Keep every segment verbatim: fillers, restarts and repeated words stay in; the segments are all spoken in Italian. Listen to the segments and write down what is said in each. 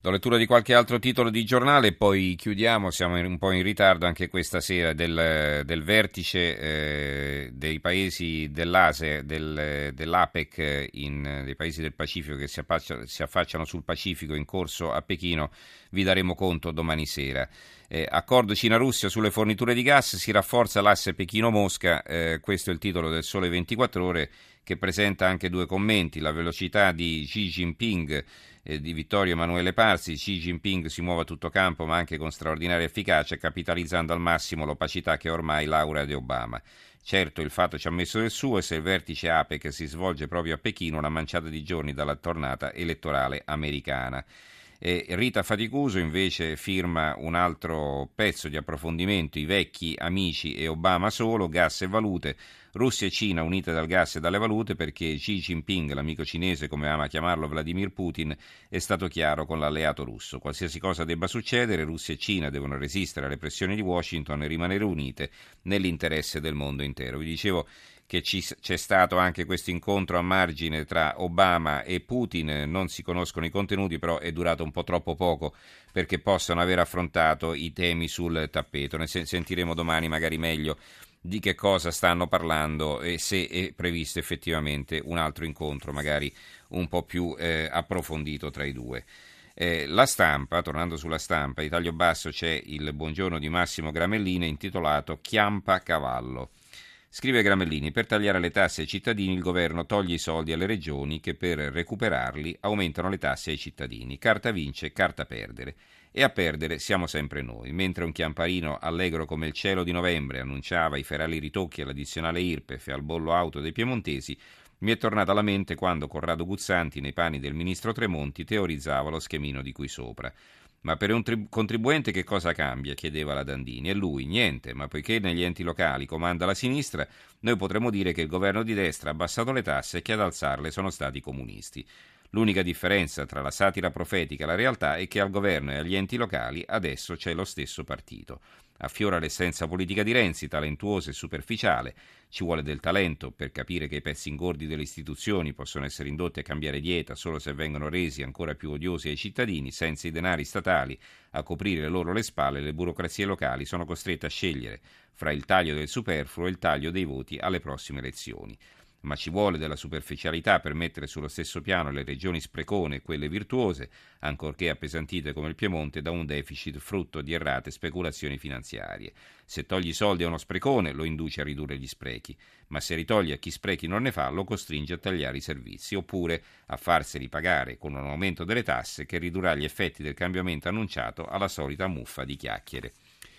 Do lettura di qualche altro titolo di giornale e poi chiudiamo, siamo in- un po' in ritardo anche questa sera, del, del vertice eh, dei paesi dell'A S E, del, dell'APEC, in, dei paesi del Pacifico che si, affaccia- si affacciano sul Pacifico in corso a Pechino. Vi daremo conto domani sera. Eh, accordo Cina-Russia sulle forniture di gas, si rafforza l'asse Pechino-Mosca, eh, questo è il titolo del Sole ventiquattro Ore, che presenta anche due commenti: la velocità di Xi Jinping, eh, di Vittorio Emanuele Parsi. Xi Jinping si muove a tutto campo ma anche con straordinaria efficacia, capitalizzando al massimo l'opacità che ormai laurea di Obama. Certo, il fatto ci ha messo del suo, e se il vertice APEC si svolge proprio a Pechino, una manciata di giorni dalla tornata elettorale americana. E Rita Faticuso invece firma un altro pezzo di approfondimento: i vecchi amici e Obama solo, gas e valute, Russia e Cina unite dal gas e dalle valute, perché Xi Jinping, l'amico cinese come ama chiamarlo Vladimir Putin, è stato chiaro con l'alleato russo. Qualsiasi cosa debba succedere, Russia e Cina devono resistere alle pressioni di Washington e rimanere unite nell'interesse del mondo intero. Vi dicevo che ci, c'è stato anche questo incontro a margine tra Obama e Putin, non si conoscono i contenuti, però è durato un po' troppo poco perché possano aver affrontato i temi sul tappeto. Ne sentiremo domani magari meglio di che cosa stanno parlando e se è previsto effettivamente un altro incontro magari un po' più eh, approfondito tra i due. Eh, la Stampa, tornando sulla Stampa, di taglio basso c'è il buongiorno di Massimo Gramellini intitolato Chiampa Cavallo. Scrive Gramellini: per tagliare le tasse ai cittadini il governo toglie i soldi alle regioni che per recuperarli aumentano le tasse ai cittadini. Carta vince, carta perdere. E a perdere siamo sempre noi. Mentre un chiamparino allegro come il cielo di novembre annunciava i ferali ritocchi all'addizionale I R P E F e al bollo auto dei piemontesi, mi è tornata alla mente quando Corrado Guzzanti, nei panni del ministro Tremonti, teorizzava lo schemino di qui sopra. Ma per un tri- contribuente che cosa cambia? Chiedeva la Dandini. E lui: niente, ma poiché negli enti locali comanda la sinistra, noi potremmo dire che il governo di destra ha abbassato le tasse e che ad alzarle sono stati i comunisti. L'unica differenza tra la satira profetica e la realtà è che al governo e agli enti locali adesso c'è lo stesso partito. Affiora l'essenza politica di Renzi, talentuosa e superficiale. Ci vuole del talento per capire che i pezzi ingordi delle istituzioni possono essere indotti a cambiare dieta solo se vengono resi ancora più odiosi ai cittadini. Senza i denari statali a coprire loro le spalle, le burocrazie locali sono costrette a scegliere fra il taglio del superfluo e il taglio dei voti alle prossime elezioni. Ma ci vuole della superficialità per mettere sullo stesso piano le regioni sprecone e quelle virtuose, ancorché appesantite come il Piemonte da un deficit frutto di errate speculazioni finanziarie. Se togli i soldi a uno sprecone lo induce a ridurre gli sprechi, ma se ritogli a chi sprechi non ne fa lo costringe a tagliare i servizi, oppure a farseli pagare con un aumento delle tasse che ridurrà gli effetti del cambiamento annunciato alla solita muffa di chiacchiere.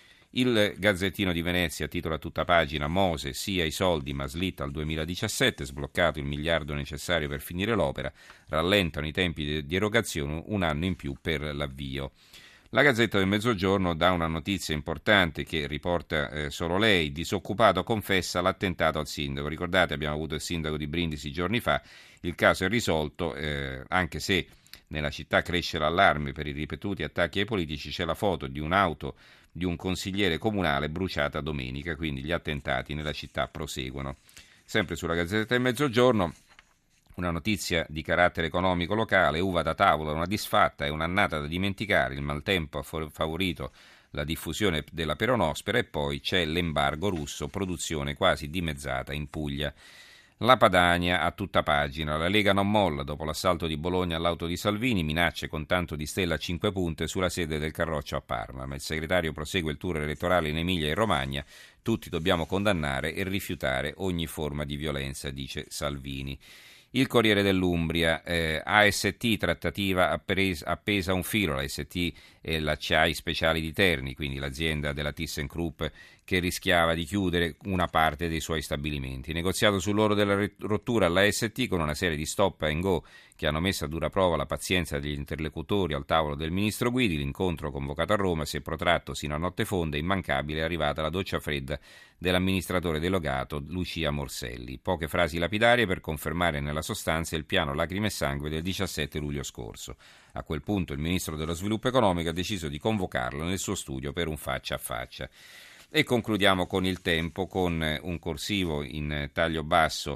Il Gazzettino di Venezia titola a tutta pagina: Mose, sia i soldi ma slitta al duemiladiciassette, sbloccato il miliardo necessario per finire l'opera, rallentano i tempi di erogazione, un anno in più per l'avvio. La Gazzetta del Mezzogiorno dà una notizia importante che riporta eh, solo lei: disoccupato confessa l'attentato al sindaco. Ricordate, abbiamo avuto il sindaco di Brindisi giorni fa, il caso è risolto, eh, anche se nella città cresce l'allarme per i ripetuti attacchi ai politici. C'è la foto di un'auto di un consigliere comunale bruciata domenica, quindi gli attentati nella città proseguono. Sempre sulla Gazzetta del Mezzogiorno una notizia di carattere economico locale: uva da tavola, una disfatta e un'annata da dimenticare, il maltempo ha favorito la diffusione della peronospera e poi c'è l'embargo russo, produzione quasi dimezzata in Puglia. La Padania a tutta pagina: la Lega non molla dopo l'assalto di Bologna all'auto di Salvini, minacce con tanto di stella a cinque punte sulla sede del Carroccio a Parma, ma il segretario prosegue il tour elettorale in Emilia e Romagna. Tutti dobbiamo condannare e rifiutare ogni forma di violenza, dice Salvini. Il Corriere dell'Umbria, eh, A S T, trattativa appesa, appesa a un filo. La A S T è l'Acciai Speciali di Terni, quindi l'azienda della ThyssenKrupp che rischiava di chiudere una parte dei suoi stabilimenti. Negoziato sull'oro della rottura alla A S T con una serie di stop and go che hanno messo a dura prova la pazienza degli interlocutori al tavolo del ministro Guidi. L'incontro convocato a Roma si è protratto sino a notte fonda. Immancabile è arrivata la doccia fredda dell'amministratore delegato Lucia Morselli. Poche frasi lapidarie per confermare nella sostanza il piano lacrime e sangue del diciassette luglio scorso. A quel punto il ministro dello sviluppo economico ha deciso di convocarlo nel suo studio per un faccia a faccia. E concludiamo con Il Tempo, con un corsivo in taglio basso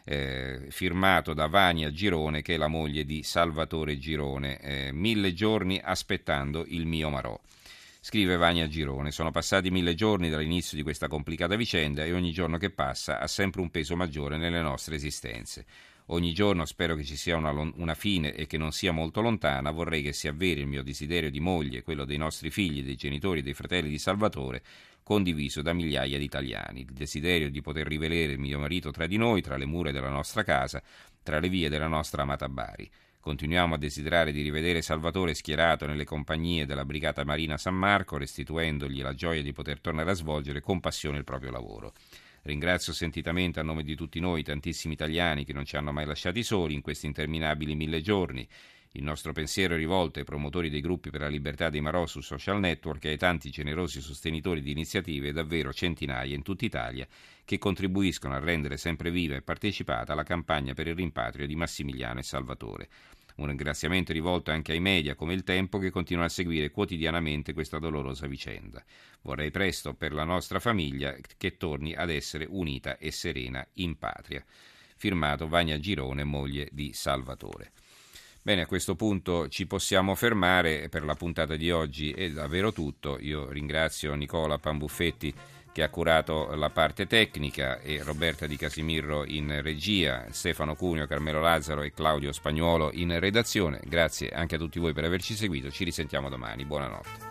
eh, firmato da Vania Girone, che è la moglie di Salvatore Girone. Eh, mille giorni aspettando il mio Marò. Scrive Vania Girone: sono passati mille giorni dall'inizio di questa complicata vicenda e ogni giorno che passa ha sempre un peso maggiore nelle nostre esistenze. Ogni giorno spero che ci sia una, una fine e che non sia molto lontana. Vorrei che si avveri il mio desiderio di moglie, quello dei nostri figli, dei genitori e dei fratelli di Salvatore, condiviso da migliaia di italiani. Il desiderio di poter rivedere il mio marito tra di noi, tra le mura della nostra casa, tra le vie della nostra amata Bari. Continuiamo a desiderare di rivedere Salvatore schierato nelle compagnie della Brigata Marina San Marco, restituendogli la gioia di poter tornare a svolgere con passione il proprio lavoro. Ringrazio sentitamente a nome di tutti noi tantissimi italiani che non ci hanno mai lasciati soli in questi interminabili mille giorni. Il nostro pensiero è rivolto ai promotori dei gruppi per la libertà dei Marò su social network e ai tanti generosi sostenitori di iniziative, davvero centinaia in tutta Italia, che contribuiscono a rendere sempre viva e partecipata la campagna per il rimpatrio di Massimiliano e Salvatore. Un ringraziamento rivolto anche ai media come Il Tempo, che continuano a seguire quotidianamente questa dolorosa vicenda. Vorrei presto per la nostra famiglia che torni ad essere unita e serena in patria. Firmato Vania Girone, moglie di Salvatore. Bene, a questo punto ci possiamo fermare. Per la puntata di oggi è davvero tutto. Io ringrazio Nicola Pambuffetti, che ha curato la parte tecnica, e Roberta Di Casimirro in regia, Stefano Cuneo, Carmelo Lazzaro e Claudio Spagnuolo in redazione. Grazie anche a tutti voi per averci seguito. Ci risentiamo domani. Buonanotte.